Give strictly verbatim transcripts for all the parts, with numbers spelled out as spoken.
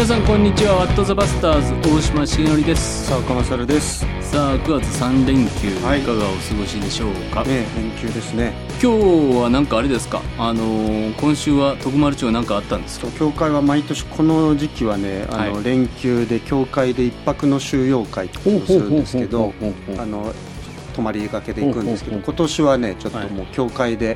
さんこんにちは。ワットザバスターズ大島重則です。 さあ、かまさるです。 さあくがつさんれんきゅう、はい、いかがお過ごしでしょうか。 ね、連休ですね。 今日はなんかあれですか、あのー、今週は徳丸町なんかあったんですか。 教会は毎年この時期はね、あの、はい、連休で教会で一泊の収容会っていうのをするんですけど、あの泊まりがけで行くんですけど、今年はねちょっともう教会で、はい、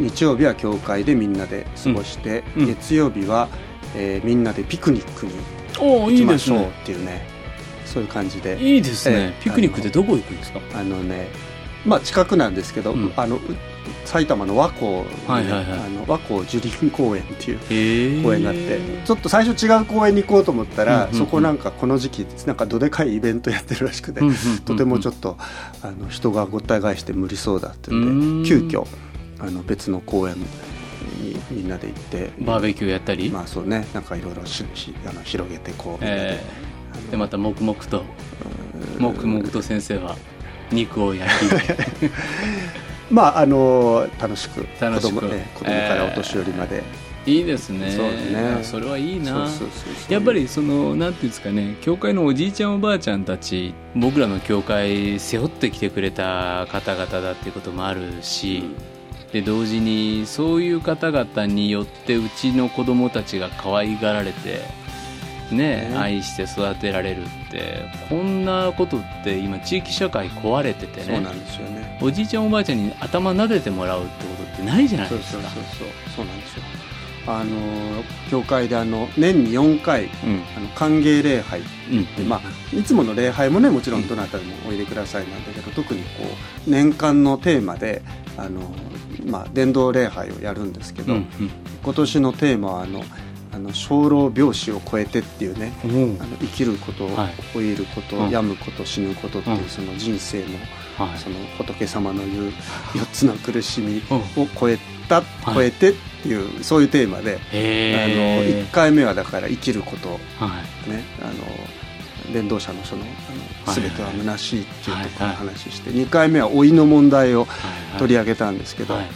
日曜日は教会でみんなで過ごして、うん、月曜日は、えー、みんなでピクニックに行きましょうっていうね、そういう感じで。 いいですね、えー、ピクニックってどこ行くんですか。 あのね、まあ近くなんですけど、うん、あの埼玉の和光、ね、はいはいはい、あの和光樹林公園っていう公園があって、ちょっと最初違う公園に行こうと思ったら、うんうんうん、そこなんかこの時期なんかどでかいイベントやってるらしくて、うんうんうんうん、とてもちょっとあの人がごった返して無理そうだっていうんで、急遽あの別の公園にみんなで行ってバーベキューやったり、 まあそうね、なんかいろいろ広げてこうみんなで、 えー、でまた黙々と黙々と先生は肉を焼きまああの楽しく楽しく子供、ね、子供からお年寄りまで、 えー、いいですね。そうね、それはいいな。そうそうそうそう、やっぱりそのなんていうんですかね、教会のおじいちゃんおばあちゃんたち、僕らの教会背負ってきてくれた方々だっていうこともあるし、うん、で同時にそういう方々によってうちの子供たちが可愛がられてね、ね、愛して育てられるって、こんなことって今地域社会壊れててね。 そうなんですよね。 おじいちゃんおばあちゃんに頭撫でてもらうってことってないじゃないですか。 そうそうそうそう、そうなんですよ。あの教会であの年によんかい、うん、あの歓迎礼拝って言って、うん、まあ、いつもの礼拝もねもちろんどなたでもおいでくださいなんだけど、特にこう年間のテーマであの、まあ、伝道礼拝をやるんですけど、うんうん、今年のテーマはあのあの生老病死を超えてっていうね、うん、あの生きること、はい、老いること、うん、病むこと、死ぬことっていう、うん、その人生の、はい、その仏様の言うよっつの苦しみを超えた、うん、超えてっていう、そういうテーマで、あのいっかいめはだから生きること、はい、ね、あの伝道者のそのあの全ては虚しいっていうところの話して、はいはい、にかいめは老いの問題を取り上げたんですけど、はいはい、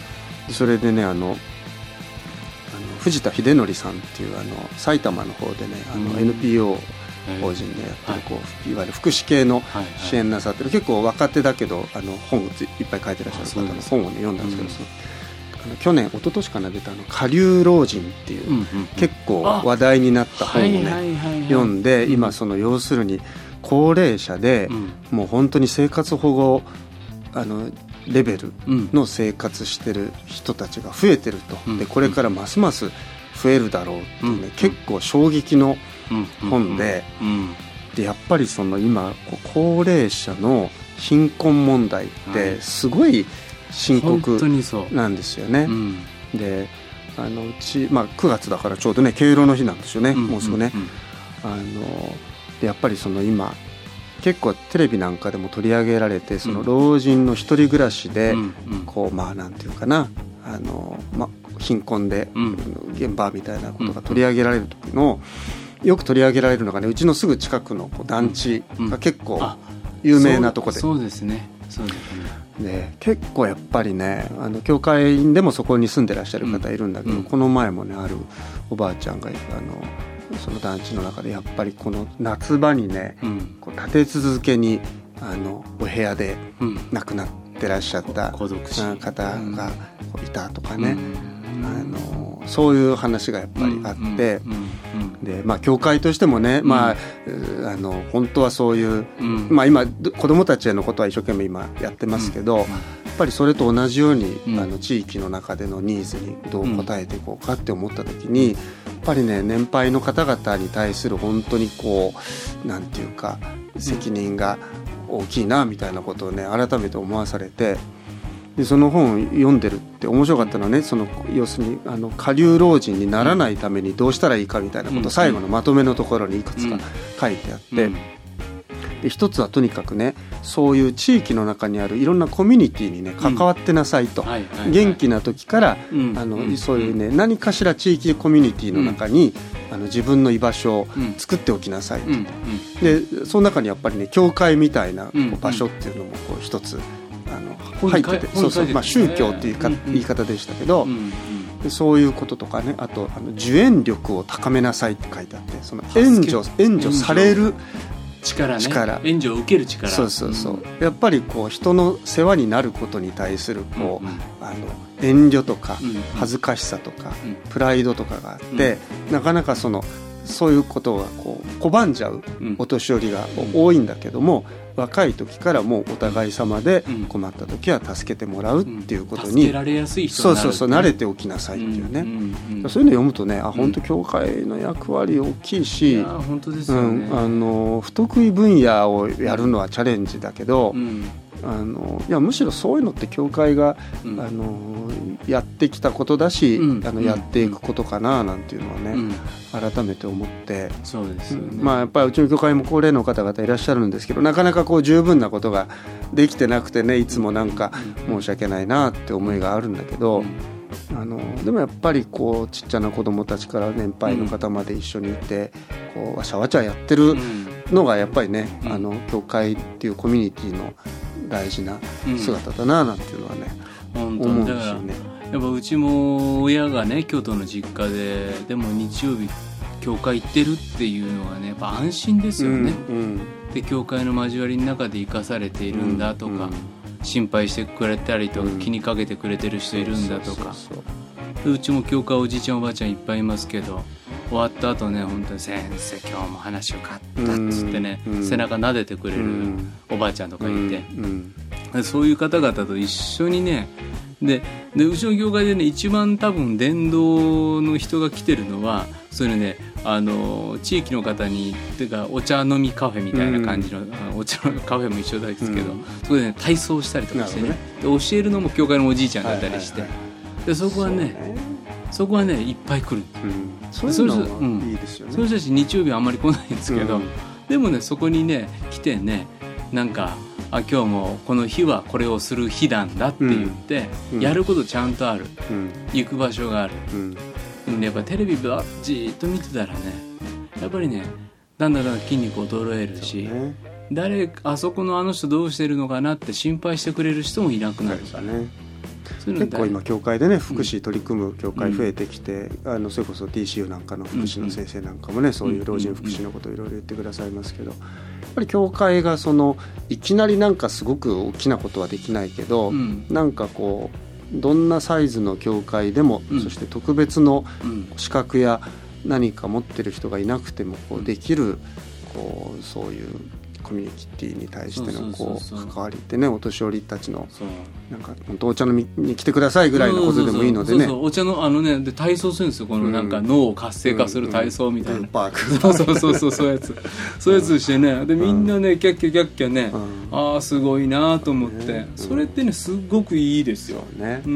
それでね、あの藤田秀則さんっていうあの埼玉の方でね、あの エヌピーオー 法人でやってるこう、はい、いわゆる福祉系の支援なさってる、結構若手だけどあの本をいっぱい書いてらっしゃる方の本を、ね、読んだんですけど、うん、あの去年一昨年かな出たあの下流老人っていう、うんうんうん、結構話題になった本をね読んで、うん、今その要するに高齢者で、うん、もう本当に生活保護あのレベルの生活してる人たちが増えてると、うん、でこれからますます増えるだろうっていうね、うん、結構衝撃の本で、うんうんうん、でやっぱりその今高齢者の貧困問題ってすごい深刻なんですよね、はい、うん、であのうち、まあ、くがつだからちょうどね敬老の日なんですよね、うんうんうん、もうすぐね、あのでやっぱりその今結構テレビなんかでも取り上げられて、その老人の一人暮らしで、うん、こうまあなんていうかな、あの、ま、貧困で、うん、現場みたいなことが取り上げられる時の、よく取り上げられるのがね、うちのすぐ近くの団地が結構有名なとこで、 そうですね、そうですね。 で結構やっぱりね、あの教会でもそこに住んでらっしゃる方いるんだけど、うん、この前もねあるおばあちゃんがあのその団地の中でやっぱりこの夏場にね、うん、こう立て続けにあのお部屋で亡くなってらっしゃった方がいたとかね、うん、あのそういう話がやっぱりあって、でまあ教会としてもね、まあ、あの本当はそういう、まあ、今子どもたちへのことは一生懸命今やってますけど、やっぱりそれと同じように、あの地域の中でのニーズにどう応えていこうかって思った時に、やっぱりね年配の方々に対する本当にこうなんていうか責任が大きいなみたいなことをね改めて思わされて、でその本を読んでるって面白かったのはね、その要するにあの下流老人にならないためにどうしたらいいかみたいなことを最後のまとめのところにいくつか書いてあって、で一つはとにかくね、そういう地域の中にあるいろんなコミュニティにね関わってなさいと、元気な時から、うん、あのうん、そういうね何かしら地域コミュニティの中に、うん、あの自分の居場所を作っておきなさいと、うん、でその中にやっぱりね教会みたいなこう場所っていうのもこう一つあの入ってて、そうそう、まあ、宗教っていうか、言い方でしたけど、 でそういうこととかね、あとあの受援力を高めなさいって書いてあって、その援助援助される力ね、 力援助を受ける力、 そうそうそう、うん、やっぱりこう人の世話になることに対するこう、うんうん、あの遠慮とか恥ずかしさとか、うんうん、プライドとかがあって、うん、なかなかそのそういうことがこう拒んじゃうお年寄りが多いんだけども、うん、若い時からもうお互い様で困った時は助けてもらうっていうことに、うん、 助けられやすい人になる、 そうそうそう、慣れておきなさいっていうね、うんうんうん、そういうの読むとね、あ、本当教会の役割大きいし、 いや本当ですよね、 うん、あの不得意分野をやるのはチャレンジだけど、うん、あのいやむしろそういうのって教会が、うん、あのやってきたことだし、うん、あのやっていくことかななんていうのはね、うん、改めて思って、 そうですよね、 まあ、やっぱりうちの教会も高齢の方々いらっしゃるんですけど、なかなかこう十分なことができてなくてね、いつもなんか申し訳ないなって思いがあるんだけど、うん、あのでもやっぱりこうちっちゃな子どもたちから年配の方まで一緒にいて、うん、こうわちゃわちゃやってるのがやっぱりね、うん、あの教会っていうコミュニティの大事な姿だななんていうのはね、うん、思うしね。 やっぱうちも親がね京都の実家で、でも日曜日教会行ってるっていうのはね、やっぱ安心ですよね、うんうん、で教会の交わりの中で生かされているんだとか、うんうん、心配してくれたりとか、うん、気にかけてくれてる人いるんだとか、うちも教会おじいちゃんおばあちゃんいっぱいいますけど、終わった後ね、本当に先生今日も話よかったっつってね、うん、背中撫でてくれるおばあちゃんとかいて、うんうん、そういう方々と一緒にね、で, でうちの業界でね一番多分伝道の人が来てるのは、そういうね、あの地域の方にてかお茶飲みカフェみたいな感じの、うん、お茶のカフェも一緒ですけど、うん、そこでね体操したりとかしてね、で教えるのも教会のおじいちゃんだったりして、はいはいはい、でそこはねそこはねいっぱい来る、うん、 そういうのはいいですよね。 そういう人たち日曜日はあんまり来ないんですけど、うん、でもねそこにね来てね、なんかあ今日もこの日はこれをする日なんだって言って、うん、やることちゃんとある、うん、行く場所がある、うん、やっぱテレビばっじっと見てたらね、やっぱりねだんだんだんだん筋肉衰えるし、ね、誰あそこのあの人どうしてるのかなって心配してくれる人もいなくなる、 そうですね。結構今教会でね福祉取り組む教会増えてきて、うん、あのそれこそ ティーシーユー なんかの福祉の先生なんかもね、うん、そういう老人福祉のことをいろいろ言ってくださいますけど、やっぱり教会がそのいきなりなんかすごく大きなことはできないけど、うん、なんかこうどんなサイズの教会でも、うん、そして特別の資格や何か持ってる人がいなくてもこうできるこうそういうコミュニティに対してのこう関わりってね、お年寄りたちのなんか本当お茶飲みに来てくださいぐらいのことでもいいのでね、 そうそうそう、お茶のあのねで体操するんですよ、このなんか脳を活性化する体操みたいな、うんうん、パークそうそうそうそうそういうやつそういうやつしてね、でみんなねキャッキャキャッキャね、うん、ああすごいなと思って、ね、それってねすごくいいですよ、 そうね、うん、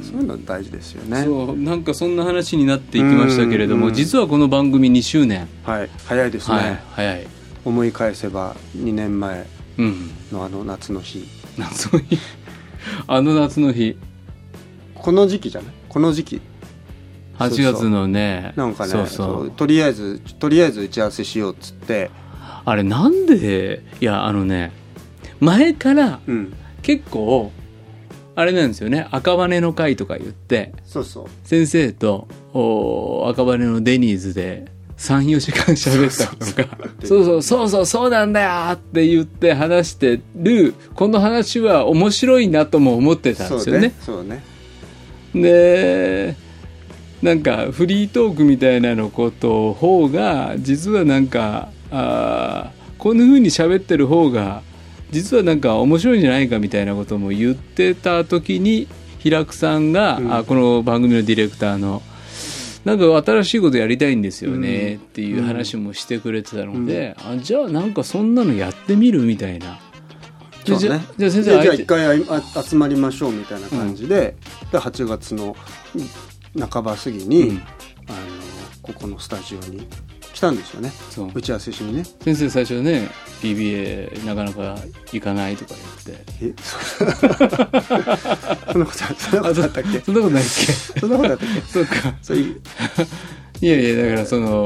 そういうの大事ですよね。 そうなんかそんな話になっていきましたけれども、うんうん、実はこの番組にしゅうねん、 はい、早いですね、はい、 早い。 思い返せばにねんまえのあの夏の日、 うん、夏の日あの夏の日、 この時期じゃない、この時期はちがつのね、 なんかね、 そうそうそうとりあえずとりあえず打ち合わせしようっつって、 あれなんで、いやあのね前から結構、うん、あれなんですよね、赤羽の会とか言って、 そうそう先生と赤羽のデニーズでさんよじかん喋ったりとか、そうそうそうそうそうなんだよって言って話してる、この話は面白いなとも思ってたんですよね。 そうね、 そうね。でなんかフリートークみたいなのこと方が実はなんかあこんな風に喋ってる方が実はなんか面白いんじゃないかみたいなことも言ってた時に、平久さんが、うん、あこの番組のディレクターのなんか新しいことやりたいんですよねっていう話もしてくれてたので、うんうん、あじゃあなんかそんなのやってみるみたいな、 そうね、じゃじゃあ先生じゃあ一回集まりましょうみたいな感じで、うん、ではちがつの半ば過ぎに、うん、あのここのスタジオに来たんですよね、そう打ち合わせしにね。 先生最初ね ピービーエー なかなか行かないとか言って、 えそんなことそんなことあったっけそんなことないっけそんなことあったっけそうか、 そういういやいやだからその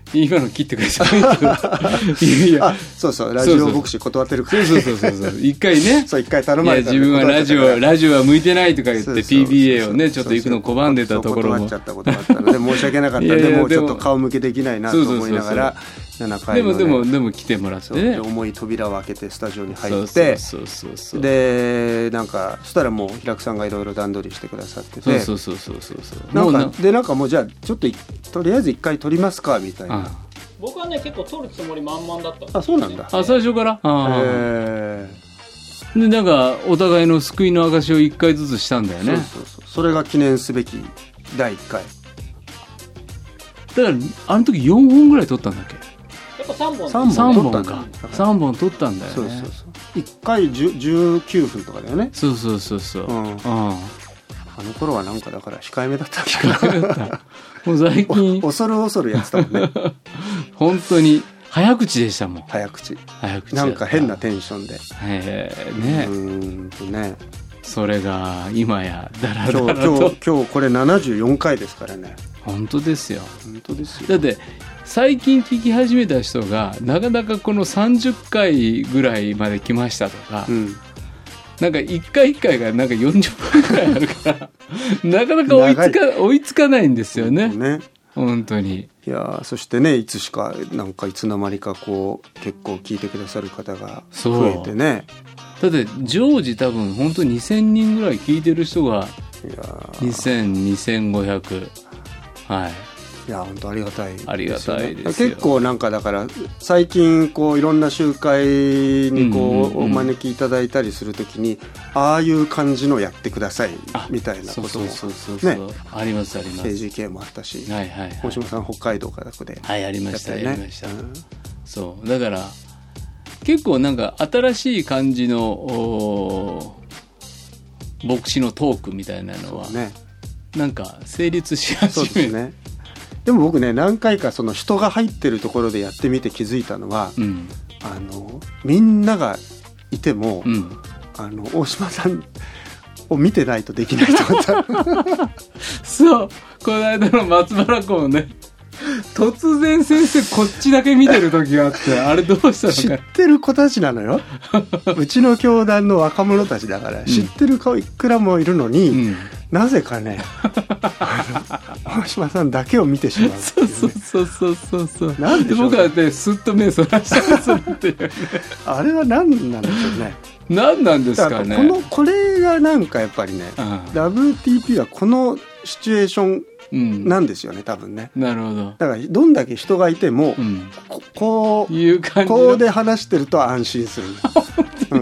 今の切ってくれちゃういやいや、 あ、そうそう、ラジオ牧師断ってるから。 そうそうそうそう、一回ね、 そう一回頼まれた。 いや自分はラジオラジオは向いてないとか言って ピービーエー をねちょっと行くの拒んでたところも断っちゃったことがあったので申し訳なかったんで、いやいやもうちょっと顔向けできないなと思いながらななかいの、ね、 でもでもでも来てもらってね、 重い扉を開けてスタジオに入って、そうそうそうそう、でなんかそしたらもう平久さんがいろいろ段取りしてくださってて、 そうそうそうそうそう、 なんかでなんかもうじゃあちょっととりあえず一回撮りますかみたいな。あ、 僕はね結構撮るつもり満々だったんです、ね、 あ、そうなんだ。 あ、最初から。あ、 へー、でなんかお互いの救いの証をいっかいずつしたんだよね。 そうそうそう、それが記念すべきだいいっかいだからあの時よんほんぐらい撮ったんだっけ。 やっぱさんぼんさんぼん撮ったんだ、 かさんぼん撮ったんだよね。 そうそうそう、いっかいじゅうきゅうふんとかだよね。 そうそうそうそう、うん、あの頃はなんかだから控えめだった控えめだったもう最近恐る恐るやってたもんね本当に早口でしたもん。 早口早口なんか変なテンションで、 へーね、 うーんとね、 それが今やだらだらと今日今日今日これななじゅうよんかいですからね。 本当ですよ、 本当ですよ。 だって最近聞き始めた人がなかなかこのさんじゅっかいぐらいまで来ましたとか、うん、なんかいっかいいっかいがなんかよんじゅっぷんくらいあるからなかなか追いつか追いつかないんですよね。ね、本当に。 いや、そしてね、いつしかなんかいつの間にかこう結構聞いてくださる方が増えてね。 だって常時多分本当ににせんにんぐらい聞いてる人がにせん、にせんごひゃく、はい。 いや本当ありがたいですよね。 ありがたいですよ。 結構なんかだから最近こういろんな集会にこうお招きいただいたりするときに、ああいう感じのやってくださいみたいなこともね、 ありますあります。 ケージーケー もあったし、 はいはいはい、 大島さん北海道からこで、 はい、ありましたやりました、うん、そうだから結構なんか新しい感じの牧師のトークみたいなのは、ね、なんか成立し始める。そうですね。 でも僕ね、何回かその人が入ってるところでやってみて気づいたのは、うん、あのみんながいても、うん、あの大島さんを見てないとできないと思ったそう、この間の松原湖ね、突然先生こっちだけ見てる時があって、あれどうしたのか。 知ってる子たちなのようちの教団の若者たちだから、うん、知ってる子いくらもいるのに、うん、なぜかね大島さんだけを見てしまうっていう、ね、 そうそうそうそうそう、なんで僕はねスッと目そらしたりするっていうねあれは何なんでしょうね。 何なんですかね。 このこれがなんかやっぱりね、うん、ダブリューティーピー はこのシチュエーションなんですよね、うん、多分ね。 なるほど。 だからどんだけ人がいても、うん、ここういう感じこうで話してると安心する、うん、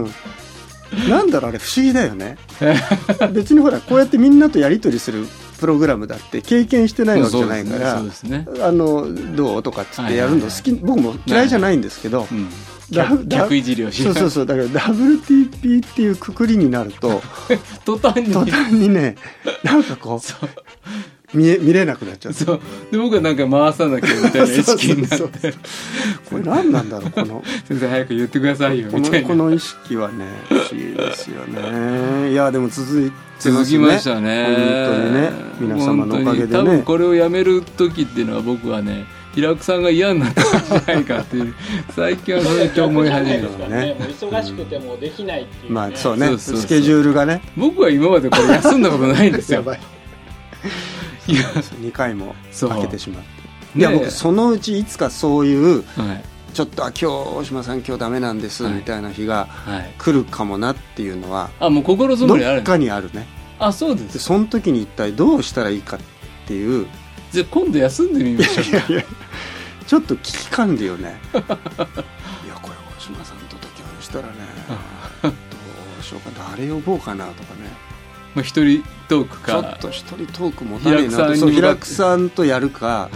なんだろうあれ不思議だよね別にほらこうやってみんなとやり取りするプログラムだって経験してないわけじゃないから、あのどうとかっつってやるの好き、はいはいはい、僕も嫌いじゃないんですけど、うん、 客いじりをしない。 そうそうそう、だから ダブリューティーピー っていうくくりになると途端に途端にね、なんかこう見え見れなくなっちゃう。 そうで僕はなんか回さなきゃみたいな意識になってそうそうそうこれ何なんだろうこの先生早く言ってくださいよみたいなこの、この意識はね不思議ですよね。いやでも続いてますね。 続きましたね本当にね、皆様のおかげでね。 多分これをやめる時っていうのは僕はね、平久さんが嫌になったんじゃないかっていう最近はそうやって思い始めたからね。 忙しくてもできないっていう、ね、 まあそうね、そうそうそう、スケジュールがね。 僕は今までこれ休んだことないんですよやばいいやにかいも開けてしまって、いや僕そのうちいつかそういう、はい、ちょっとあ今日大島さん今日ダメなんです、はい、みたいな日が来るかもなっていうのは、 あもう心づもりある、 どっかにあるね。 あそうです。 でその時に一体どうしたらいいかっていう。 じゃあ今度休んでみましょう。いやいやちょっと危機感でよねいやこれ大島さんと時話したらねどうしようか、誰呼ぼうかなとかね、 まあ、一人トークかちょっと一人トークもたねえなと、そう平久さんとやるか、はい、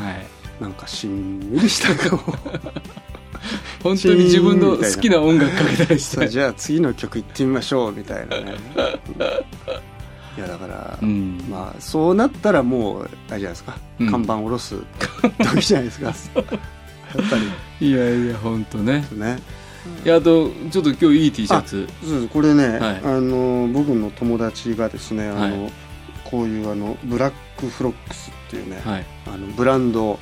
なんかしんみりした顔本当に自分の好きな音楽かけたりしてじゃあ次の曲行ってみましょうみたいなねいやだから、うん、まあそうなったらもうあれじゃないですか、うん、看板下ろす時じゃないですかやっぱりいやいや本当ねね、いやあとちょっと今日いい T シャツ、 そうこれね、はい、あの僕の友達がですね、あの、はい、こういうあのブラックフロックスっていうね、はい、あのブランド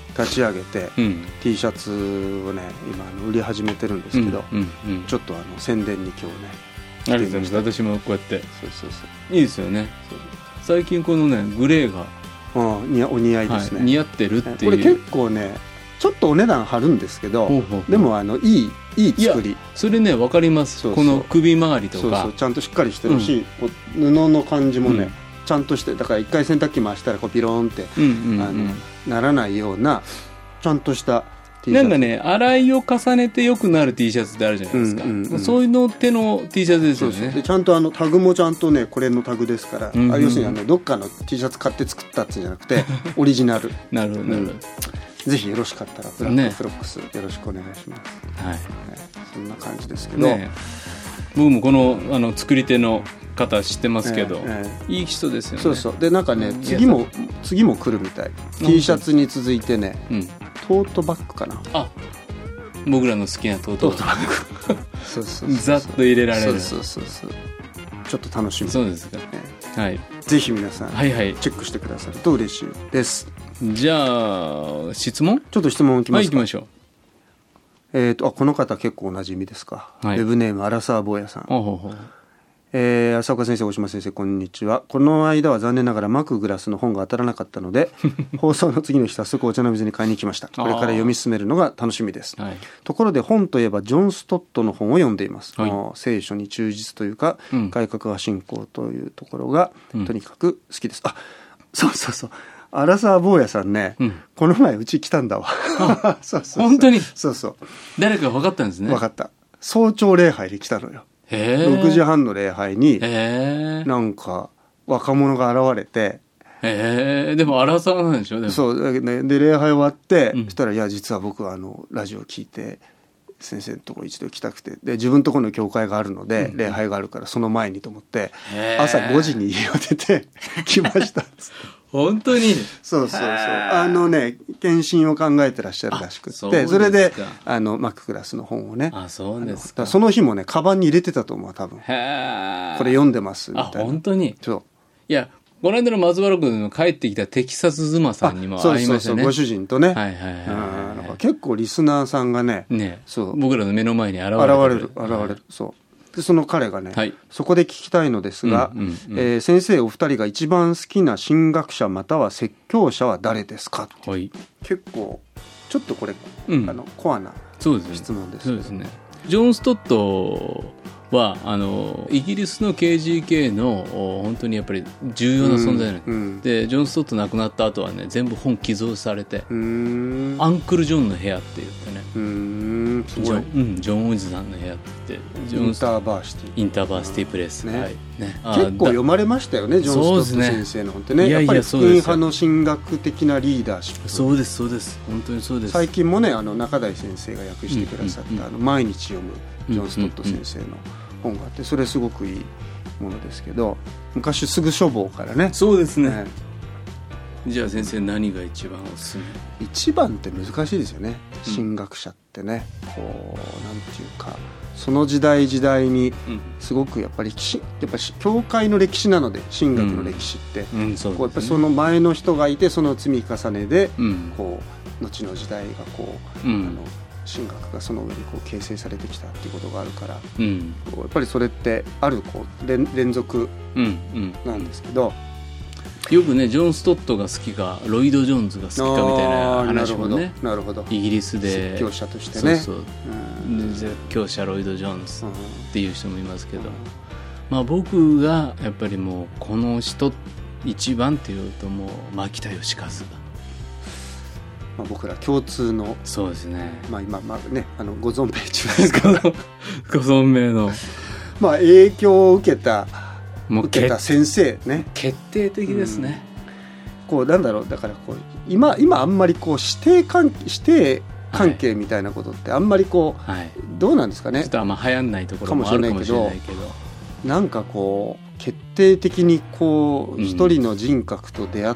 立ち上げて、うん、T シャツをね今あの売り始めてるんですけど、うんうんうん、ちょっとあの宣伝に今日ねありがとうございます。私もこうやってそうそうそういいですよね。最近このねグレーがあ似お似合いですね、 はい、似合ってるっていう。 これ結構ねちょっとお値段張るんですけど、ほうほうほうでもあのいいいい作り。 それね分かります。そうそうこの首周りとかそうそうちゃんとしっかりしてるし、うん、こう布の感じもね、うん、ちゃんとしてだから一回洗濯機回したらこうピローンって、うんうんうん、あのならないようなちゃんとしたT シャツ。 なんかね洗いを重ねてよくなる T シャツってあるじゃないですか、うんうんうん、そういうの手の T シャツですよね。 そうそうでちゃんとあのタグもちゃんとねこれのタグですから、うんうん、あ要するにあのどっかの T シャツ買って作ったっていうんじゃなくてオリジナルなるほどなるほど、 うん、ぜひよろしかったらブラックフロックスよろしくお願いします、ねはいはい、そんな感じですけど、ね、 僕もこの、あの作り手の方知ってますけど、えーえー、いい人ですよね。 そうそうでなんかね、うん、次も次も来るみたい。 T シャツに続いてね、うん、トートバッグかな。 あ僕らの好きなトートバッグそうそうそうざっと入れられる。 そうそうそうそうちょっと楽しみ。 そうですか、ねはい、 ぜひ皆さん、 はいはい、 チェックしてくださると嬉しいです。 じゃあ質問ちょっと質問いきますか。 はい行きましょう。 えー、とあこの方結構おなじみですか、はい、ウェブネームアラサー坊やさん。 ほうほうほうえー、浅岡先生大島先生こんにちは。この間は残念ながらマクグラスの本が当たらなかったので放送の次の日早速お茶の水に買いに来ました。これから読み進めるのが楽しみです、はい、ところで本といえばジョン・ストットの本を読んでいます、はい、聖書に忠実というか、うん、改革派信仰というところが、うん、とにかく好きです。あそうそうそうアラサー坊やさんね、うん、この前うち来たんだわそうそうそう本当にそうそう誰か分かったんですね。 分かった。早朝礼拝で来たのよ。ろくじはんの礼拝になんか若者が現れて、 へでもアラサーなんでしょ。でもそうね。で礼拝終わって、うん、そしたらいや実は僕はあのラジオ聞いて先生のとこ一度来たくてで自分のところの教会があるので、うん、礼拝があるからその前にと思って朝ごじに家を出て来ました本当にそうそうそうあのね献身を考えてらっしゃるらしくて そ, それであのマッククラスの本をねあそうですか。 その日もねカバンに入れてたと思う多分。へこれ読んでますみたいな。 あ本当に。 そういやこの間の松原君の帰ってきたテキサス妻さんにも会いましたね。そうそうそうご主人とね、はいはいはいはい、結構リスナーさんが ね, ねそう僕らの目の前に現れる現れる現れるそうでその彼がね、はい、そこで聞きたいのですが、うんうんうんえー、先生お二人が一番好きな神学者または説教者は誰ですか、はい、結構ちょっとこれ、うん、あのコアな質問です。 そうですね。ジョン・ストットはあのイギリスの ケージーケー の本当にやっぱり重要な存在なんです、うんうん、でジョン・ストット亡くなった後はね全部本寄贈されてアンクル・ジョンの部屋って言ってねうんすごいジョン、うん、ジョン・ウィズさんの部屋ってジョンインターバーシティインターバーシティプレス、ねはいね、結構読まれましたよねジョン・ストット先生の本ってねやっぱり福音派の神学的なリーダーシップ。 そうですそうです本当にそうです。 最近もねあの中台先生が訳してくださった、うんうんうん、あの毎日読むジョン・ストット先生の本があってそれすごくいいものですけど昔すぐ書房からね。 そうですね、ねじゃあ先生何が一番おすすめ。 一番って難しいですよね神学者ってね、うん、こうなんていうかその時代時代にすごくやっぱり歴史やっぱり教会の歴史なので神学の歴史って、うんうんそうですね、こうやっぱりその前の人がいてその積み重ねで、うん、こう後の時代がこう、うん、あの神学がその上にこう形成されてきたっていうことがあるから、うん、やっぱりそれってあるこう 連, 連続なんですけど、 うんうん、よくねジョン・ストットが好きかロイド・ジョーンズが好きかみたいな話もねなるほどイギリスで説教者としてねそうそう、うん、説教者ロイド・ジョーンズっていう人もいますけど、うんまあ、僕がやっぱりもうこの人一番っていうともう牧田義和がまあ、僕ら共通のそうですね、 まあ、今、まあね、あのご存命中ですからご存命のまあ影響を受けたもう受けた先生ね決定的ですね、 うん、こうなんだろうだからこう 今, 今あんまりこう師弟関係師弟関係みたいなことってあんまりこう、はい、どうなんですかねちょっとあんま流行んないところもあるかもしれないけどなんかこう決定的にこう一人の人格と出会って、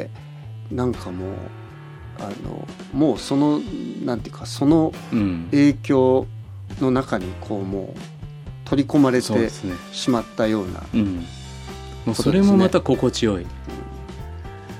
うん、なんかもうあのもうそのなんていうかその影響の中にこうもう取り込まれてしまったような、 うん、もうそれもまた心地よい、うん、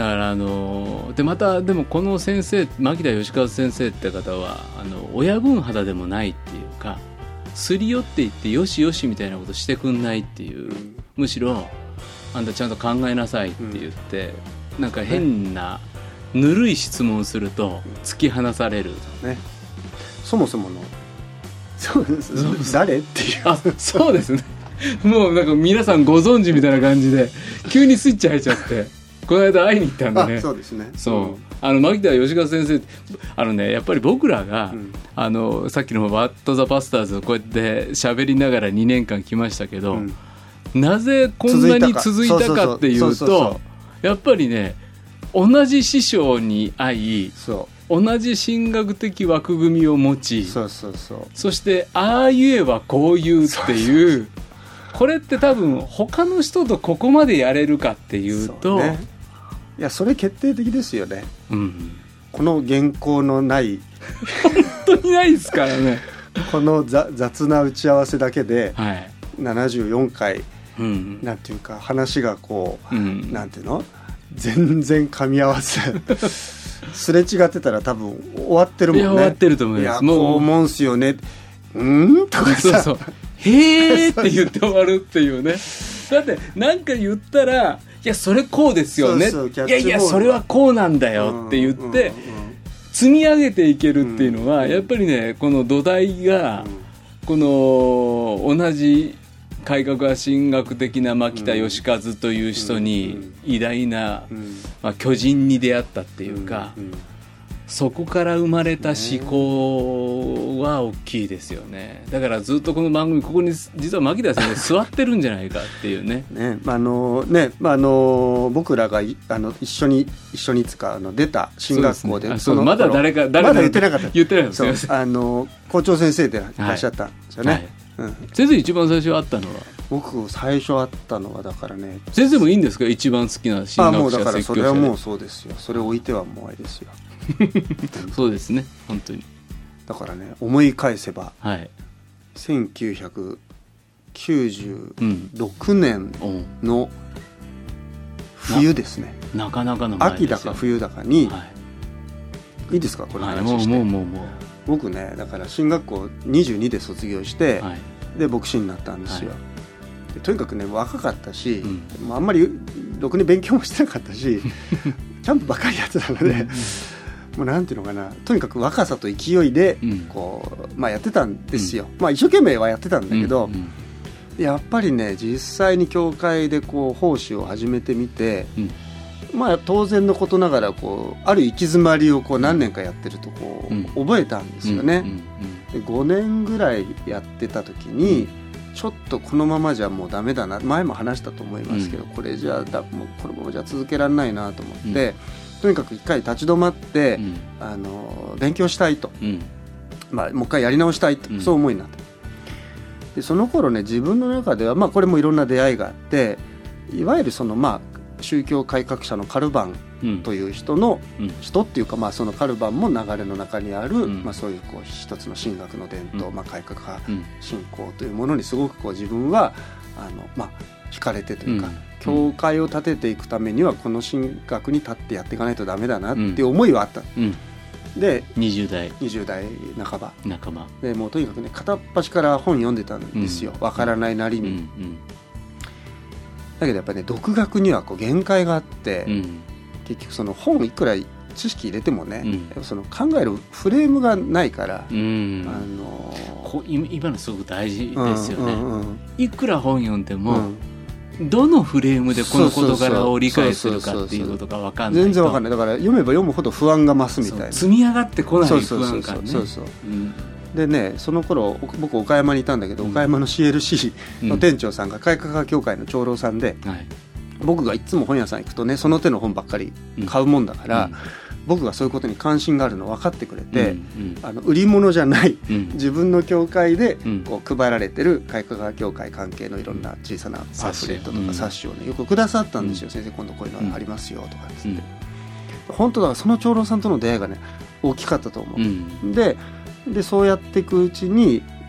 だからあのでまたでもこの先生牧田義和先生って方はあの親分肌でもないっていうかすり寄っていってよしよしみたいなことしてくんないっていう、うん、むしろあんたちゃんと考えなさいって言って、うん、なんか変な、ね、ぬるい質問すると突き放される、 ね、そもそものそう誰っていうあそうですねもうなんか皆さんご存知みたいな感じで急にスイッチ入っちゃってこの間会いに行ったんでね。 あそうですね。 そう、うん、あの牧田義和先生あのねやっぱり僕らが、うん、あのさっきのワット・ザ・バスターズをこうやって喋りながらにねんかん来ましたけど、うん、なぜこんなに続いたかっていうとやっぱりね同じ師匠に会いそう同じ神学的枠組みを持ちそうそうそうそしてああ言えばこう言うっていうこれって多分他の人とここまでやれるかっていうとそう、ね、いやそれ決定的ですよね、 うん、 この原稿のない本当にないですからねこの雑な打ち合わせだけでななじゅうよんかい、 うん、 なんていうか話がこう、 うん、 なんていうの全然噛み合わせすれ違ってたら多分終わってるもんね。 いや終わってると思います。 いやこう思うんすよねうんとかさそうそうへーって言って終わるっていうねだって何か言ったらいやそれこうですよねそうそういやいやそれはこうなんだよって言って、うんうんうん、積み上げていけるっていうのは、うん、やっぱりねこの土台が、うん、この同じ改革派神学的な牧田義和という人に偉大な、まあ、巨人に出会ったっていうか、そこから生まれた思考は大きいですよね。だからずっとこの番組ここに実は牧田先生座ってるんじゃないかっていうね。 ね、あのね、まあ、あの僕らがあの一緒に一緒につかあの出た進学校で、 そうですね、そのまだ誰か誰かまだ言ってなかった言ってないんですよ。 あの校長先生でいらっしゃったんですよね。 はいはいうん、先生一番最初会ったのは僕最初会ったのはだからね先生もいいんですか一番好きな進学者説教者で。あもうだからそれはもうそうですよそれを置いてはもうあれですよそうですね本当にだからね思い返せば、 はい、 せんきゅうひゃくきゅうじゅうろくねんの冬ですね、 うん、な, なかなかの前ですよ。 秋だか冬だかに、はい、いいですかこれ話して、 はい、もうもうもうもう僕ねだから進学校にじゅうにで卒業して、はい、で牧師になったんですよ、はい、でとにかくね若かったし、うん、もうあんまりろくに勉強もしてなかったしキャンプばっかりやってたので、うん、もうなんていうのかなとにかく若さと勢いでこう、うんまあ、やってたんですよ、うんまあ、一生懸命はやってたんだけど、うんうん、やっぱりね実際に教会でこう奉仕を始めてみて、うんまあ、当然のことながらこうある行き詰まりをこう何年かやってるとこう、うん、覚えたんですよね、うんうんうん、でごねんぐらいやってた時に、うん、ちょっとこのままじゃもうダメだな前も話したと思いますけど、うん、これじゃだもうこのままじゃ続けられないなと思って、うん、とにかく一回立ち止まって、うん、あの勉強したいと、うんまあ、もう一回やり直したいと、うん、そう思いになったでその頃ね自分の中では、まあ、これもいろんな出会いがあっていわゆるそのまあ宗教改革者のカルバンという人の、うん、人っていうか、まあ、そのカルバンも流れの中にある、うんまあ、そういうこう一つの神学の伝統、うんまあ、改革派信仰というものにすごくこう自分はあの、まあ、惹かれてというか、うん、教会を立てていくためにはこの神学に立ってやっていかないとダメだなっていう思いはあった、うん、でにじゅう代にじゅう代半ば半ばでもうとにかくね片っ端から本読んでたんですよ、うん、分からないなりに、うんうんだけどやっぱりね独学にはこう限界があって、うん、結局その本いくら知識入れてもね、うん、その考えるフレームがないから、うん、あのこ今のすごく大事ですよね、うんうんうん、いくら本読んでも、うん、どのフレームでこの事柄を理解するかっていうことが分かんないと全然分かんないだから読めば読むほど不安が増すみたいな積み上がってこない不安感ねそうそうそうそう、うんでね、その頃僕岡山にいたんだけど、うん、岡山の シーエルシー の店長さんが改革派協会の長老さんで、うんはい、僕がいつも本屋さん行くとねその手の本ばっかり買うもんだから、うん、僕がそういうことに関心があるの分かってくれて、うん、あの売り物じゃない、うん、自分の協会でこう配られてる改革派協会関係のいろんな小さなパンフレットとか冊子をねよくくださったんですよ、うん、先生今度こういうのありますよとかつって、うん、本当だからその長老さんとの出会いがね大きかったと思う、うん、ででそうやっていくうちに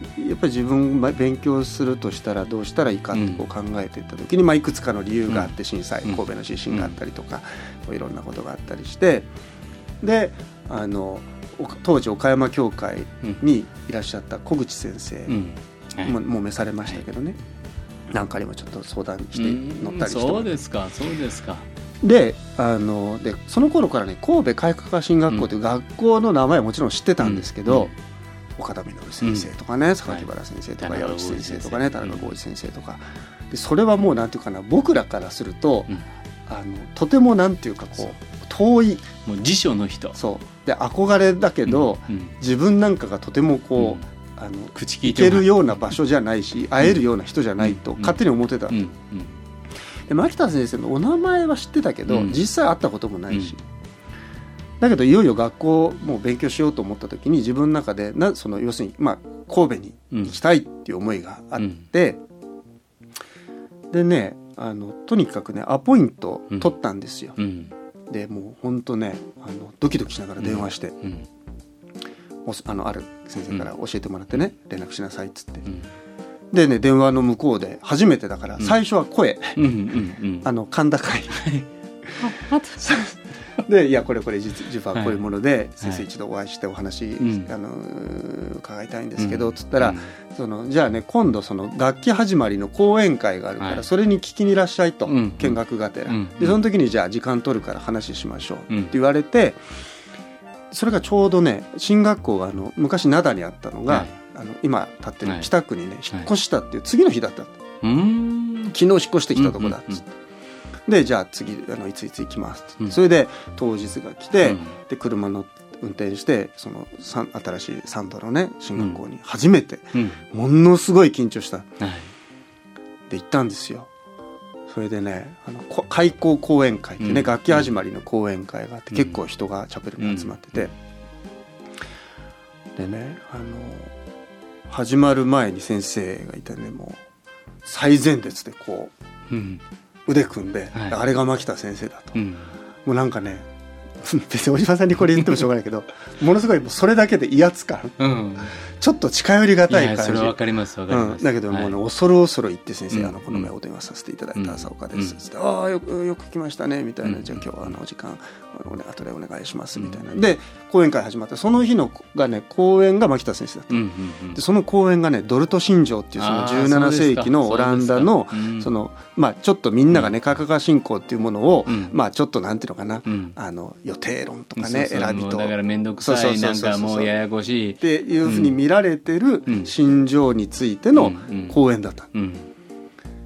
やっぱり自分が勉強するとしたらどうしたらいいかってこう考えていった時に、まあ、いくつかの理由があって、震災、神戸の地震があったりとか、こういろんなことがあったりして、であの当時岡山教会にいらっしゃった小口先生も、もう召されましたけどね、なんかにもちょっと相談して乗ったりして、 そうですかそうですか。 であのでその頃からね、神戸改革科進学校という学校の名前はもちろん知ってたんですけど、うんうん、岡田稔先生とかね、榊原先生とか、矢内先生とかね、田中浩二先生とかで、それはもうなんていうかな、僕らからすると、うん、あのとてもなんていうかこう遠い、 もう辞書の人、 そうで憧れだけど、うんうん、自分なんかがとてもこう、うん、あの口聞いて行けるような場所じゃないし、うん、会えるような人じゃないと勝手に思ってた、うんうんうん、で牧田先生のお名前は知ってたけど、うん、実際会ったこともないし、うん、だけどいよいよ学校も勉強しようと思った時に、自分の中でなその要するに、まあ、神戸に行きたいっていう思いがあって、うん、でねあのとにかくねアポイント取ったんですよ、うん、でもう本当ねあのドキドキしながら電話して、うん、あのある先生から教えてもらってね、連絡しなさいっつって、うん、でね電話の向こうで初めてだから最初は声、うんうんうん、あの甲高いでいやこれこれ 実, 実はこういうもので、はい、先生一度お会いしてお話、はい、あの伺いたいんですけど、うん、つったら、うん、そのじゃあね今度その楽器始まりの講演会があるから、はい、それに聞きにいらっしゃいと、うん、見学がてら、うん、でその時にじゃあ時間取るから話しましょうって言われて、うん、それがちょうどね進学校があの昔灘にあったのが、はい、あの今建ってる北区にね、はい、引っ越したっていう次の日だった、はい、うーん昨日引っ越してきたとこだっつって、うんうんうんでじゃあ次あのいついつ行きますって、うん、それで当日が来て、うん、で車の運転してその新しい三度のね進学校に初めて、うん、ものすごい緊張した、うん、で行ったんですよ。それでねあの開校講演会ってね、うん、楽器始まりの講演会があって、うん、結構人がチャペルに集まってて、うん、でねあの始まる前に先生がいたねもう最前列でこう、うん腕組んで、はい、あれが牧田先生だと、うん、もうなんかね別におじさんにこれ言ってもしょうがないけどものすごいもうそれだけで威圧感、うん、ちょっと近寄りがたい感じ。いやそれは分かります分かります、うん、だけどもう、ねはい、恐る恐る言って先生、うん、あのこの前お電話させていただいた浅岡です、うん、ああ よ, よく来ましたねみたいな、うん、じゃあ今日はあのお時間あの後でお願いしますみたいな、うん、で講演会始まってその日のがね講演が牧田先生だった、うんうんうん、でその講演がねドルト信条っていうそのじゅうなな世紀のオランダのそのまあちょっとみんながね改革派信仰っていうものを、うん、まあちょっとなんていうのかな、うん、あの予定論とかねそうそう選びとだから面倒くさいなんかもうややこしいっていうふうに見られてる信条についての講演だった、うんうんうん、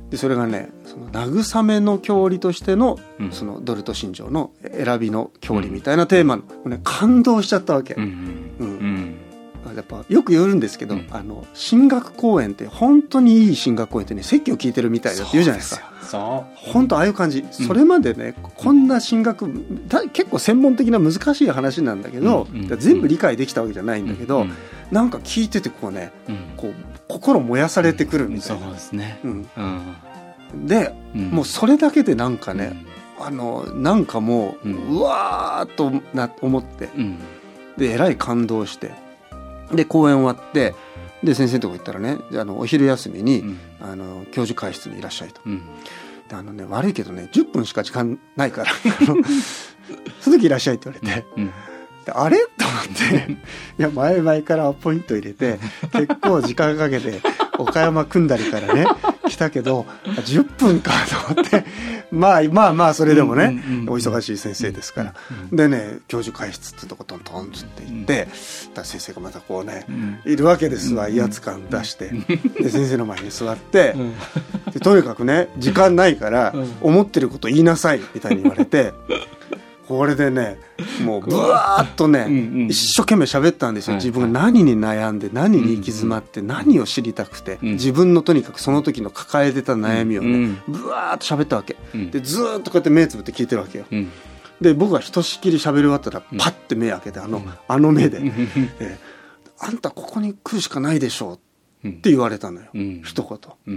でそれがねその慰めの教理としての、うん、そのドルト信条の選びの教理みたいなテーマの、うんね、感動しちゃったわけ、うんうんうんやっぱよく言うんですけど、うん、あの進学講演って本当にいい進学講演ってね説教聞いてるみたいだって言うじゃないですか。そう本当ああいう感じ、うん、それまでねこんな進学結構専門的な難しい話なんだけど、うん、全部理解できたわけじゃないんだけど、うん、なんか聞いててこうね、うん、こう心燃やされてくるみたいな、うん、そうですね、うんうん、で、うん、もうそれだけでなんかね、うん、あのなんかもう、うん、うわーっとな思って、うん、でえらい感動してで講演終わってで先生のとこ行ったらねあのお昼休みに、うん、あの教授会室にいらっしゃいと、うん、であのね悪いけどねじゅっぷんしか時間ないからその時いらっしゃいって言われて、うんうん、であれと思っていや前々からアポイント入れて結構時間かけて岡山組んだりからね来たけどじゅっぷんかと思ってまあまあまあそれでもね、うんうんうん、お忙しい先生ですから、うんうん、でね教授会室ってとこトントンつって行って、うん、だ先生がまたこうね、うん、いるわけですわ威圧感出して、うん、で先生の前に座って、うん、でとにかくね時間ないから、うん、思ってること言いなさいみたいに言われてこれでねもうブワーッとね、うんうん、一生懸命喋ったんですよ、はい、自分が何に悩んで何に行き詰まって何を知りたくて、うん、自分のとにかくその時の抱えてた悩みをね、うん、ブワーッと喋ったわけ、うん、でずーっとこうやって目つぶって聞いてるわけよ、うん、で僕がひとしきり喋り終わったらパッて目開けてあの、うん、あの目で、えー、あんたここに来るしかないでしょうって言われたのよ、うん、一言、うん、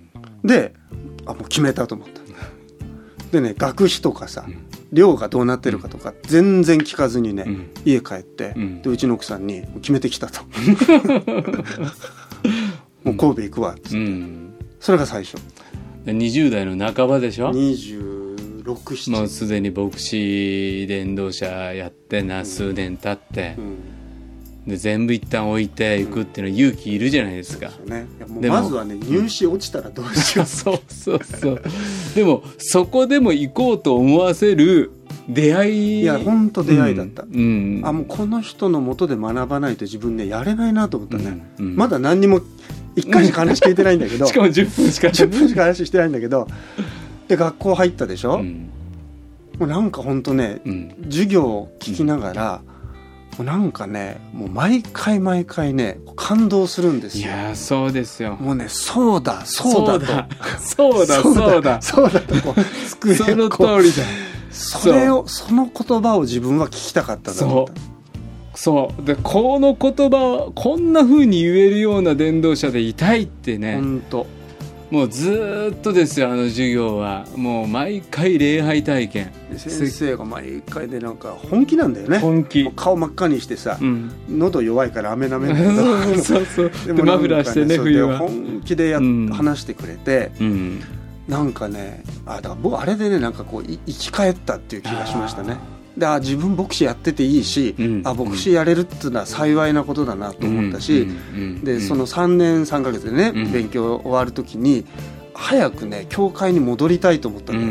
であもう決めたと思ったでね学費とかさ、うん量がどうなってるかとか全然聞かずにね、うん、家帰って、うん、でうちの奥さんに決めてきたともう神戸行くわっつって、うん、それが最初。 にじゅう代の半ばでしょ。 にじゅうろく、ななもうすでに牧師伝道者やってな、うん、数年経って、うん、で全部一旦置いていくっていうのは勇気いるじゃないですか、 うん、そうですね。いやもうまずはね、入試落ちたらどうしようそうそうそうでもそこでも行こうと思わせる出会い、 いや本当出会いだった、うんうん、あもうこの人の元で学ばないと自分ねやれないなと思ったね、うんうん、まだ何にもいっかいしか話聞いてないんだけどしかもじゅっぷんしかじゅっぷんしか話してないんだけどで学校入ったでしょ、うん、もうなんか本当ね、うん、授業を聞きながら、うん、もうなんかねもう毎回毎回ね感動するんですよ。 いやそうですよ。 もうねそうだそうだとそうだそうだそうだとこう机をその通りだそれをその言葉を自分は聞きたかったんだと思った。 そうでこの言葉こんな風に言えるような伝道者でいたいってね。 本当もうずっとですよあの授業はもう毎回礼拝体験。 先生が毎回でなんか本気なんだよね。 本気。 顔真っ赤にしてさ、うん、喉弱いから飴なめんだけどそうそうでも、ね、マフラーしてね冬は本気でや、うん、話してくれて、うん、なんかねあだから僕あれでねなんかこう生き返ったっていう気がしましたね。であ自分牧師やってていいし、うん、あ牧師やれるっていうのは幸いなことだなと思ったし、うん、でそのさんねんさんかげつでね、うん、勉強終わるときに早くね教会に戻りたいと思ったんだよ、うん、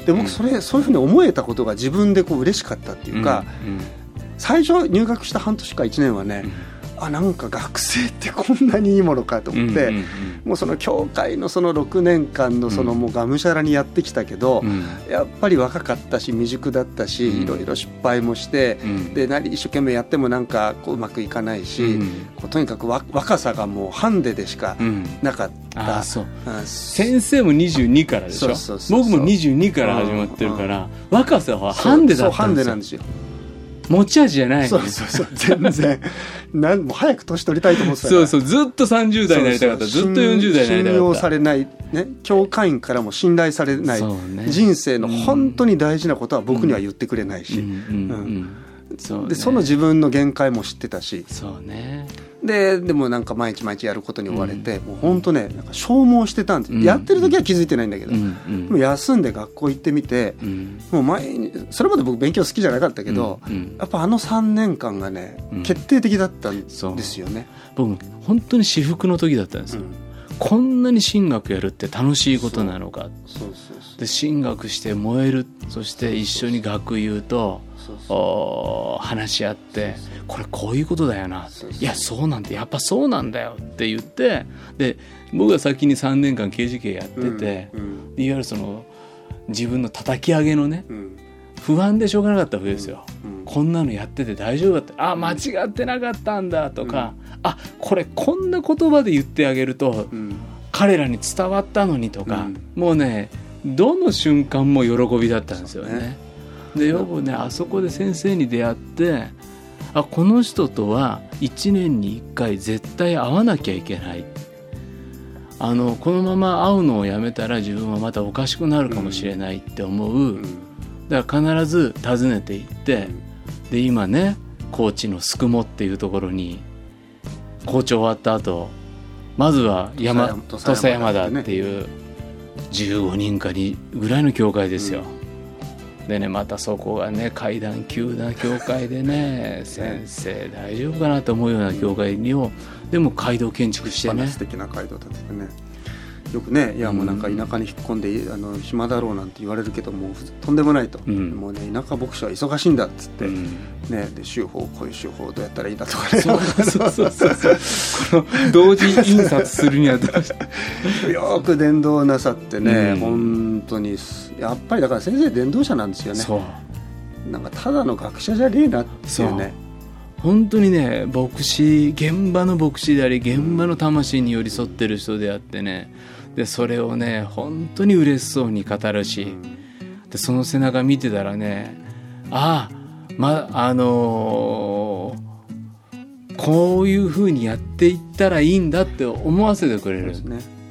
で僕それそういうふうに思えたことが自分でこう嬉しかったっていうか、うん、最初入学した半年かいちねんはね、うん、あなんか学生ってこんなにいいものかと思って、うんうんうん、もうその教会のそのろくねんかんのそのもうがむしゃらにやってきたけど、うん、やっぱり若かったし未熟だったし、うん、いろいろ失敗もして、うん、で何一生懸命やってもなんかこううまくいかないし、うん、こうとにかく若さがもうハンデでしかなかった、 うん、あそうあ先生もにじゅうにからでしょ。そうそうそうそう僕もにじゅうにから始まってるから、うんうん、若さはハンデだったんですよ。そうそうハンデなんですよ。持ち味じゃない、ね、 そうそうそう全然なんもう早く年取りたいと思ってたからそうそうずっとさんじゅう代になりたかった。ずっとよんじゅう代になりたかった。信用されない、 ね、教会員からも信頼されない、ね、人生の本当に大事なことは僕には言ってくれないし、うんうんうんそうね、でその自分の限界も知ってたしそうねででもなんか毎日毎日やることに追われて、うん、もう本当ねなんか消耗してたんです、うん、やってる時は気づいてないんだけど、うんうん、でも休んで学校行ってみて、うん、もう前にそれまで僕勉強好きじゃなかったけど、うんうん、やっぱあのさんねんかんがね、うん、決定的だったんですよね。 僕本当に至福の時だったんですよ、うん、こんなに神学やるって楽しいことなのか。そうそうそうそうで神学して燃える。そして一緒に学友とそうそう話し合ってこれこういうことだよな。そうそういやそうなんてやっぱそうなんだよって言ってで僕は先にさんねんかん刑事系やってて、うんうん、いわゆるその自分の叩き上げのね、うん、不安でしょうがなかったわけですよ、うんうん、こんなのやってて大丈夫だってあ間違ってなかったんだとか、うん、あこれこんな言葉で言ってあげると、うん、彼らに伝わったのにとか、うん、もうねどの瞬間も喜びだったんですよね。でよくねあそこで先生に出会ってあこの人とはいちねんにいっかい絶対会わなきゃいけない。あのこのまま会うのをやめたら自分はまたおかしくなるかもしれないって思う、うん、だから必ず訪ねて行って、うん、で今ね高知の宿毛っていうところに校長終わった後まずは山土佐山田っていうじゅうごにんかにぐらいの教会ですよ、うん、でねまたそこがね階段急な教会でね先生大丈夫かなと思うような教会にをでも街道建築してね素敵な街道建ててねよくねいやもうなんか田舎に引っ込んで、うん、あの暇だろうなんて言われるけどもうとんでもないと、うん、もうね田舎牧師は忙しいんだっつって、うんね、で手法こういう手法どうやったらいいんだとかねそうそうそうそうこの同時印刷するにはどうしてよく伝道なさってね、うん、本当にやっぱりだから先生伝道者なんですよね。そうなんかただの学者じゃねえなっていうね本当にね牧師現場の牧師であり現場の魂に寄り添ってる人であってねでそれをね本当に嬉しそうに語るしでその背中見てたらねああまあのー、こういう風にやっていったらいいんだって思わせてくれる、ね、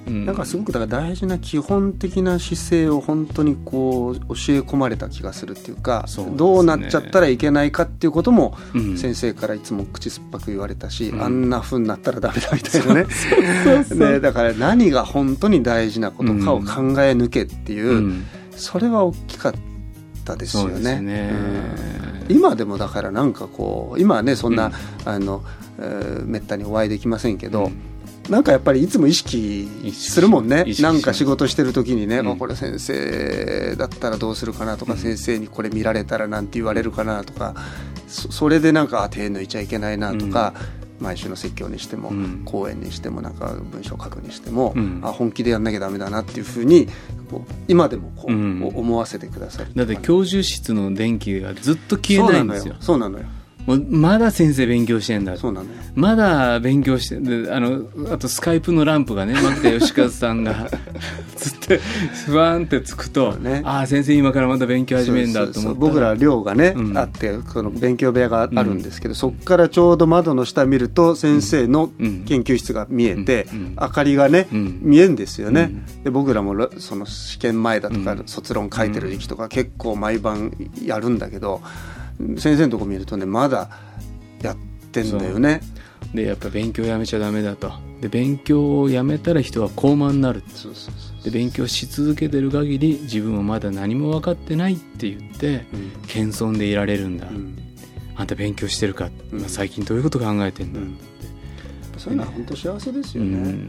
うん、なんかすごくだから大事な基本的な姿勢を本当にこう教え込まれた気がするっていうか、う、ね、どうなっちゃったらいけないかっていうことも先生からいつも口酸っぱく言われたし、うん、あんな風になったらダメだみたいなね、ね、だから何が本当に大事なことかを考え抜けっていう、うん、それは大きかったですよね。そうですね、うん、今でもだからなんかこう今はねそんな、うん、あの、えー、めったにお会いできませんけど、うん、なんかやっぱりいつも意識するもんね。なんか仕事してる時にね、うん、これ先生だったらどうするかなとか、うん、先生にこれ見られたらなんて言われるかなとか、そ, それでなんか手抜いちゃいけないなとか、うん、毎週の説教にしても、うん、講演にしてもなんか文章を書くにしても、うん、あ本気でやんなきゃダメだなっていうふうにこう今でもこう、うん、思わせてくださる。 だって教授室の電気がずっと消えないんですよ。 そうなのよ。 もうまだ先生勉強してんだ。 そうなのよ。 まだ勉強してで あのあとスカイプのランプがね牧田義和さんがつって不安ってつくと、ね、ああ先生今からまた勉強始めるんだと思ったら、そうそうそう、 僕ら寮がね、うん、あってその勉強部屋があるんですけど、うん、そこからちょうど窓の下見ると先生の研究室が見えて、うんうん、明かりがね、うん、見えるんですよね、うん、で僕らもその試験前だとか、うん、卒論書いてる時期とか結構毎晩やるんだけど、先生のとこ見るとねまだやってんだよね。 でやっぱ勉強やめちゃダメだと。で勉強をやめたら人は高慢になる。そうそうそうそう。で勉強し続けてる限り自分はまだ何も分かってないって言って、うん、謙遜でいられるんだ、うん、あんた勉強してるか、うん、最近どういうこと考えてんだ、うん、 そういうのは本当幸せですよね、うんうん、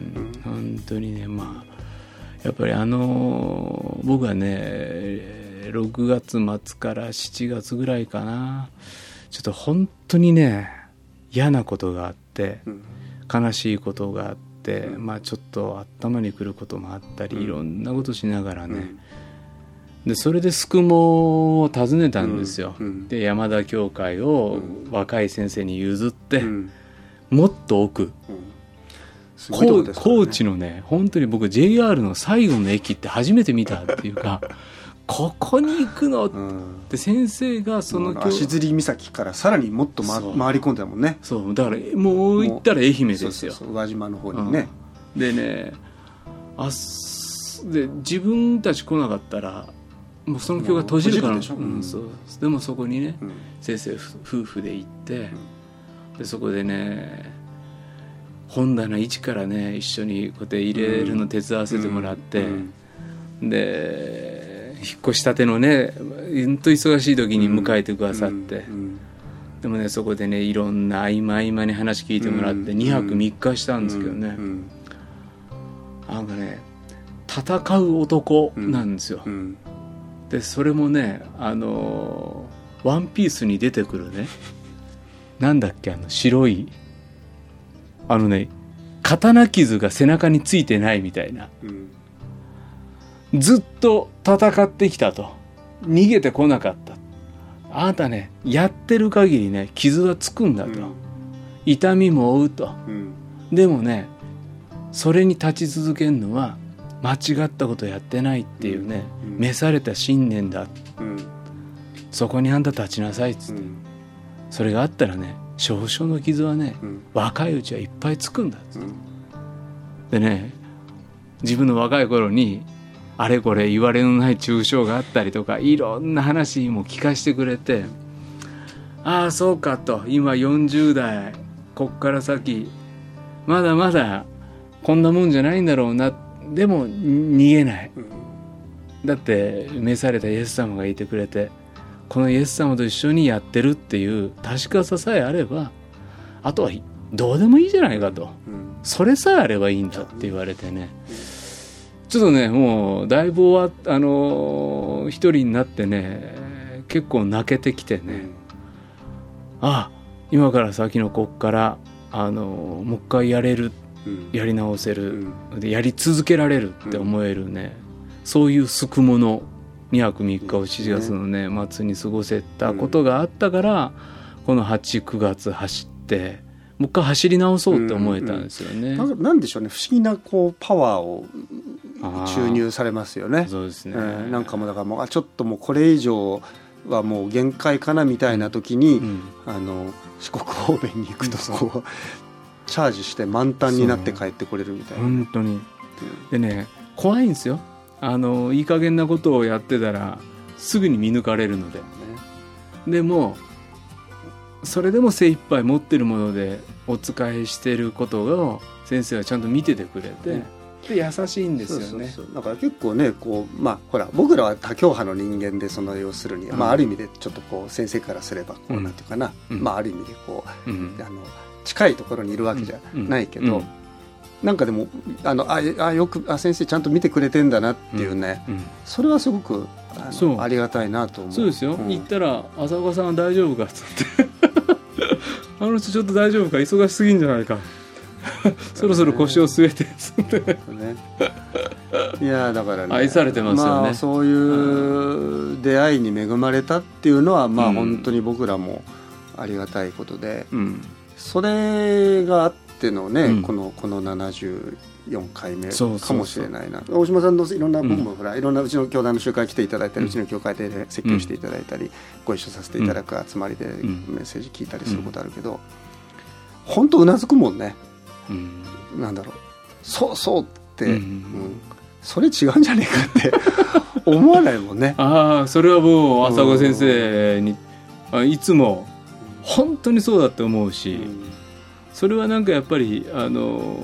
本当にね。まあやっぱりあの僕はねろくがつ末からしちがつぐらいかな、ちょっと本当にね嫌なことがあって、うん、悲しいことがあって、うん、まあちょっと頭にくることもあったり、うん、いろんなことしながらね、うん、でそれで宿毛を訪ねたんですよ、うんうん、で山田教会を若い先生に譲って、うん、もっと奥、うんね、高知のね本当に僕 ジェイアール の最後の駅って初めて見たっていうかここに行くのって先生がその、うん、 足摺岬からさらにもっと、ま、回り込んでたもんね。 そうだからもう行ったら愛媛ですよ。そうそうそう、 宇和島の方にね、 うん、でねあで自分たち来なかったらもうその教が閉じるから、で, うん、そうでもそこにね、うん、先生夫婦で行って、うん、でそこでね本棚一からね一緒にこうやって入れるの手伝わせてもらって、うんうん、で引っ越したてのねうんと忙しい時に迎えてくださって、うんうん、でもねそこでねいろんな合間合間に話聞いてもらってにはくみっかしたんですけどね、うんうん、なんかね戦う男なんですよ、うんうん、でそれもねあのワンピースに出てくるねなんだっけあの白いあのね刀傷が背中についてないみたいな、うんずっと戦ってきたと逃げてこなかった、あなたねやってる限りね傷はつくんだと、うん、痛みも負うと、うん、でもねそれに立ち続けるのは間違ったことやってないっていうね、うん、召された信念だ、うん、そこにあんた立ちなさいっつって、うん、それがあったらね少々の傷はね、うん、若いうちはいっぱいつくんだっつって、うん、でね自分の若い頃にあれこれ言われのない抽象があったりとかいろんな話も聞かせてくれて、ああそうかと、今よんじゅう代こっから先まだまだこんなもんじゃないんだろうな、でも逃げない、だって召されたイエス様がいてくれてこのイエス様と一緒にやってるっていう確かささえあればあとはどうでもいいじゃないかと、それさえあればいいんだって言われてね、ちょっとねもうだいぶ終わっあのー、一人になってね結構泣けてきてね、うん、あ今から先のこっからあのー、もう一回やれる、うん、やり直せる、うん、でやり続けられるって思えるね、うん、そういうすくものにはくみっかをしちがつのね末に過ごせたことがあったから、うん、このはち、くがつ走ってもう一回走り直そうって思えたんですよね、 うんうん、なんでしょうね、不思議なこうパワーを注入されますよね。 そうですね、 えー、なんかもうだからもうあちょっともうこれ以上はもう限界かなみたいな時に、うん、あの四国方面に行くとこうチャージして満タンになって帰ってこれるみたいな、 本当にでね怖いんですよ。あのいい加減なことをやってたらすぐに見抜かれるので、ね、でもそれでも精一杯持ってるものでお仕えしてることを先生はちゃんと見ててくれて、ね、で優しいんですよね。 そうそうそう、だから結構ねこう、まあ、ほら僕らは多教派の人間で、その要するに、うん、まあ、ある意味でちょっとこう先生からすればこう、うん、なんていうかな、うん、まあ、ある意味でこう、うん、あの近いところにいるわけじゃないけど、うんうん、なんかでもあのああよくあ先生ちゃんと見てくれてんだなっていうね、うんうん、それはすごく あ, のありがたいなと思う。 そうですよ、うん、行ったら浅岡さんは大丈夫かっつってあの人ちょっと大丈夫か、忙しすぎんじゃないかそろそろ腰を据えてね、 いやだからね愛されてますよね、 まあ、そういう出会いに恵まれたっていうのは、まあ、本当に僕らもありがたいことで、うん、それがあってのね、うん、この、このななじゅうよんかいめかもしれないな。大島さんのいろんな、僕もほら、いろんなうちの教団の集会来ていただいたり、うん、うちの教会で説教していただいたり、うん、ご一緒させていただく集まりでメッセージ聞いたりすることあるけど、本当うなずくもんね、うん、なんだろう、そうそうって、うんうん、それ違うんじゃねえかって思わないもんねああ、それはもう浅川先生に、うん、いつも本当にそうだって思うし、うん、それはなんかやっぱりあの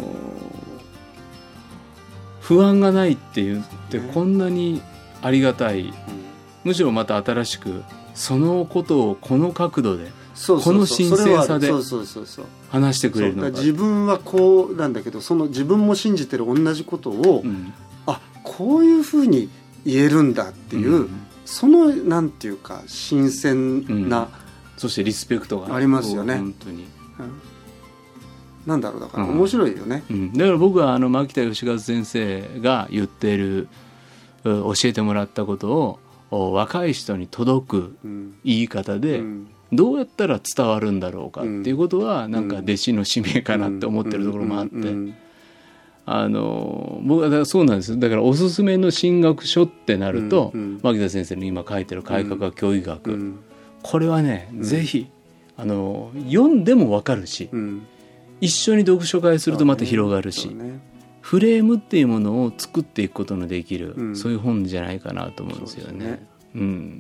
不安がないって言ってこんなにありがたい、うん、むしろまた新しくそのことをこの角度でそうそうそう、この神聖さで話してくれるのか。 自分はこうなんだけど、その自分も信じてる同じことを、うん、あこういうふうに言えるんだっていう、うん、そのなんていうか新鮮な、うん、 そしてリスペクトがありますよね。 本当に、うん、 なんだろう、だから面白いよね、 うんうん、だから僕はあの牧田義和先生が言っている教えてもらったことを若い人に届く言い方で、うんうんどうやったら伝わるんだろうかっていうことはなんか弟子の使命かなって思ってるところもあって、あの僕はだからそうなんです。だからおすすめの進学書ってなると、牧田先生の今書いてる改革教育学、これはねぜひあの読んでも分かるし、一緒に読書会するとまた広がるし、フレームっていうものを作っていくことのできる、そういう本じゃないかなと思うんですよね。うん、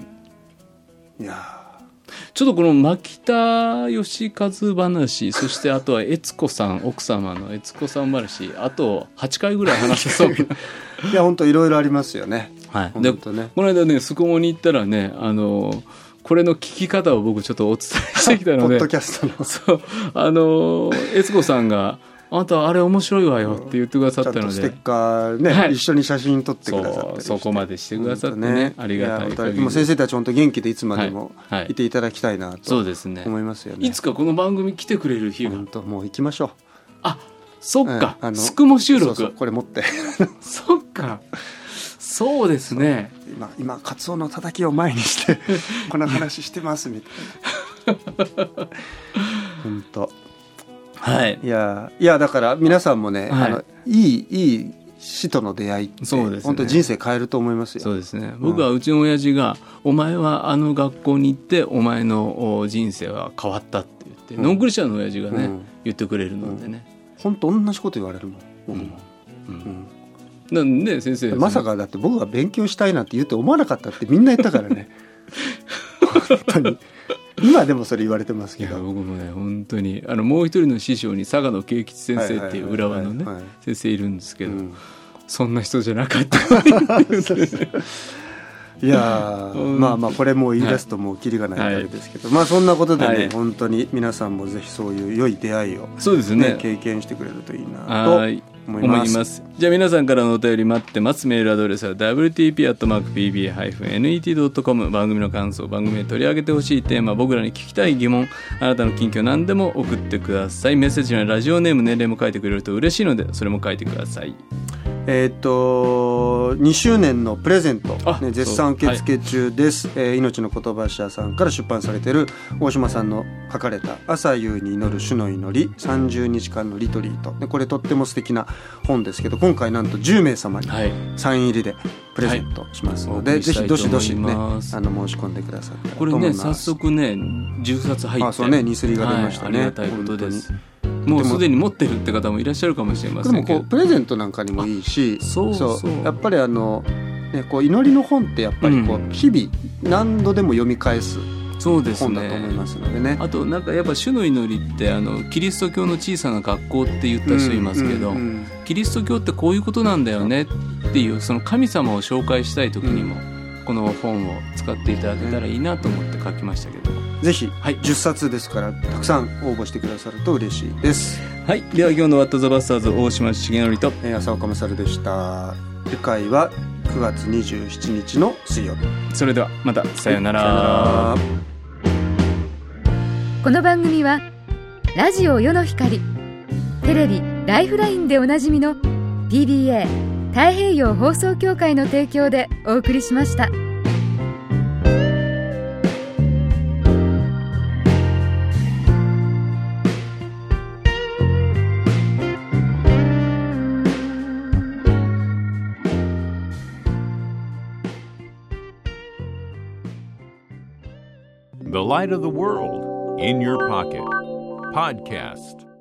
いやちょっとこの牧田義和話、そしてあとは悦子さん、奥様の悦子さん話、あとはちかいぐらい話せそういや本当いろいろありますよね。 はい、でこの間ねスコモに行ったらね、あのこれの聞き方を僕ちょっとお伝えしてきたのでポッドキャストのそうあの悦子さんがあなたあれ面白いわよって言ってくださったので、ちゃんとステッカーね、はい、一緒に写真撮ってくださったりして、 そこまでしてくださって ね, ねありがたい限り。 もう先生たち本当元気でいつまでもいていただきたいなと思いますよね。 いつかこの番組来てくれる日が本当もう行きましょう。 あそっか、うん、スクモ収録、 そうそうこれ持ってそっかそうですね。 今今カツオのたたきを前にしてこの話してますみたいな本当はい、 いやいやだから皆さんもね、はい、あのいいいい死との出会いって、そうですね、本当に人生変えると思いますよ。 そうですね、僕はうちの親父が、うん、お前はあの学校に行ってお前の人生は変わったって言って、うん、ノンクリスチャンの親父がね、うん、言ってくれるのでね、 本当、うん、同じこと言われるもん僕も、うんうんうん、なんで先生まさかだって僕が勉強したいなんて言って思わなかったってみんな言ったからね本当に今でもそれ言われてますけど、いや僕もね本当にあのもう一人の師匠に佐賀野圭吉先生っていう浦和のね先生いるんですけど、うん、そんな人じゃなかったいや、うん、まあまあこれもう言い出すともうキリがないあれですけど、はい、まあそんなことでね、はい、本当に皆さんもぜひそういう良い出会いを、ね、 そうですね、 経験してくれるといいなと思います。思います。 じゃあ皆さんからのお便り待ってます。メールアドレスは ダブリューティーピーアットマークピービーハイフンエヌイーティードットコム、 番組の感想、番組で取り上げてほしいテーマ、僕らに聞きたい疑問、あなたの近況何でも送ってください。メッセージにはラジオネーム、年齢も書いてくれると嬉しいのでそれも書いてください。 えー、とにしゅうねんのプレゼント、ね、絶賛受付中です、はい。えー、命の言葉社さんから出版されている大島さんの書かれた朝夕に祈る主の祈りさんじゅうにちかんのリトリート、でこれとっても素敵な本ですけど、今回なんとじゅうめい様にサイン入りでプレゼントしますので、はい、ぜひどしどし、ね、あの申し込んでくださったらと思います。 これね早速ねじゅっさつ入って、 あそうね、にすりが出ましたね、 はい、ありがたいことです。 もうすでに持ってるって方もいらっしゃるかもしれませんけど、 でもこうプレゼントなんかにもいいし、 そうそうそう、 やっぱりあの、ね、こう祈りの本ってやっぱりこう、うん、日々何度でも読み返す本だと思いますのでね。 あとなんかやっぱ主の祈りってあのキリスト教の小さな学校って言った人いますけど、うんうんうん、キリスト教ってこういうことなんだよねっていうその神様を紹介したい時にも、うん、この本を使っていただけたらいいなと思って書きましたけど、 ぜひ、はい、じゅっさつですからたくさん応募してくださると嬉しいです。 はい、では今日のワットザバスターズ大島重則と、 えー、浅岡勝でした。次回はくがつにじゅうしちにちの水曜日。 それではまたさようなら、 はい、 この番組はラジオ世の光、テレビライフラインでおなじみの ピービーエー 太平洋放送協会の提供でお送りしました。 The light of the world in your pocket. Podcast.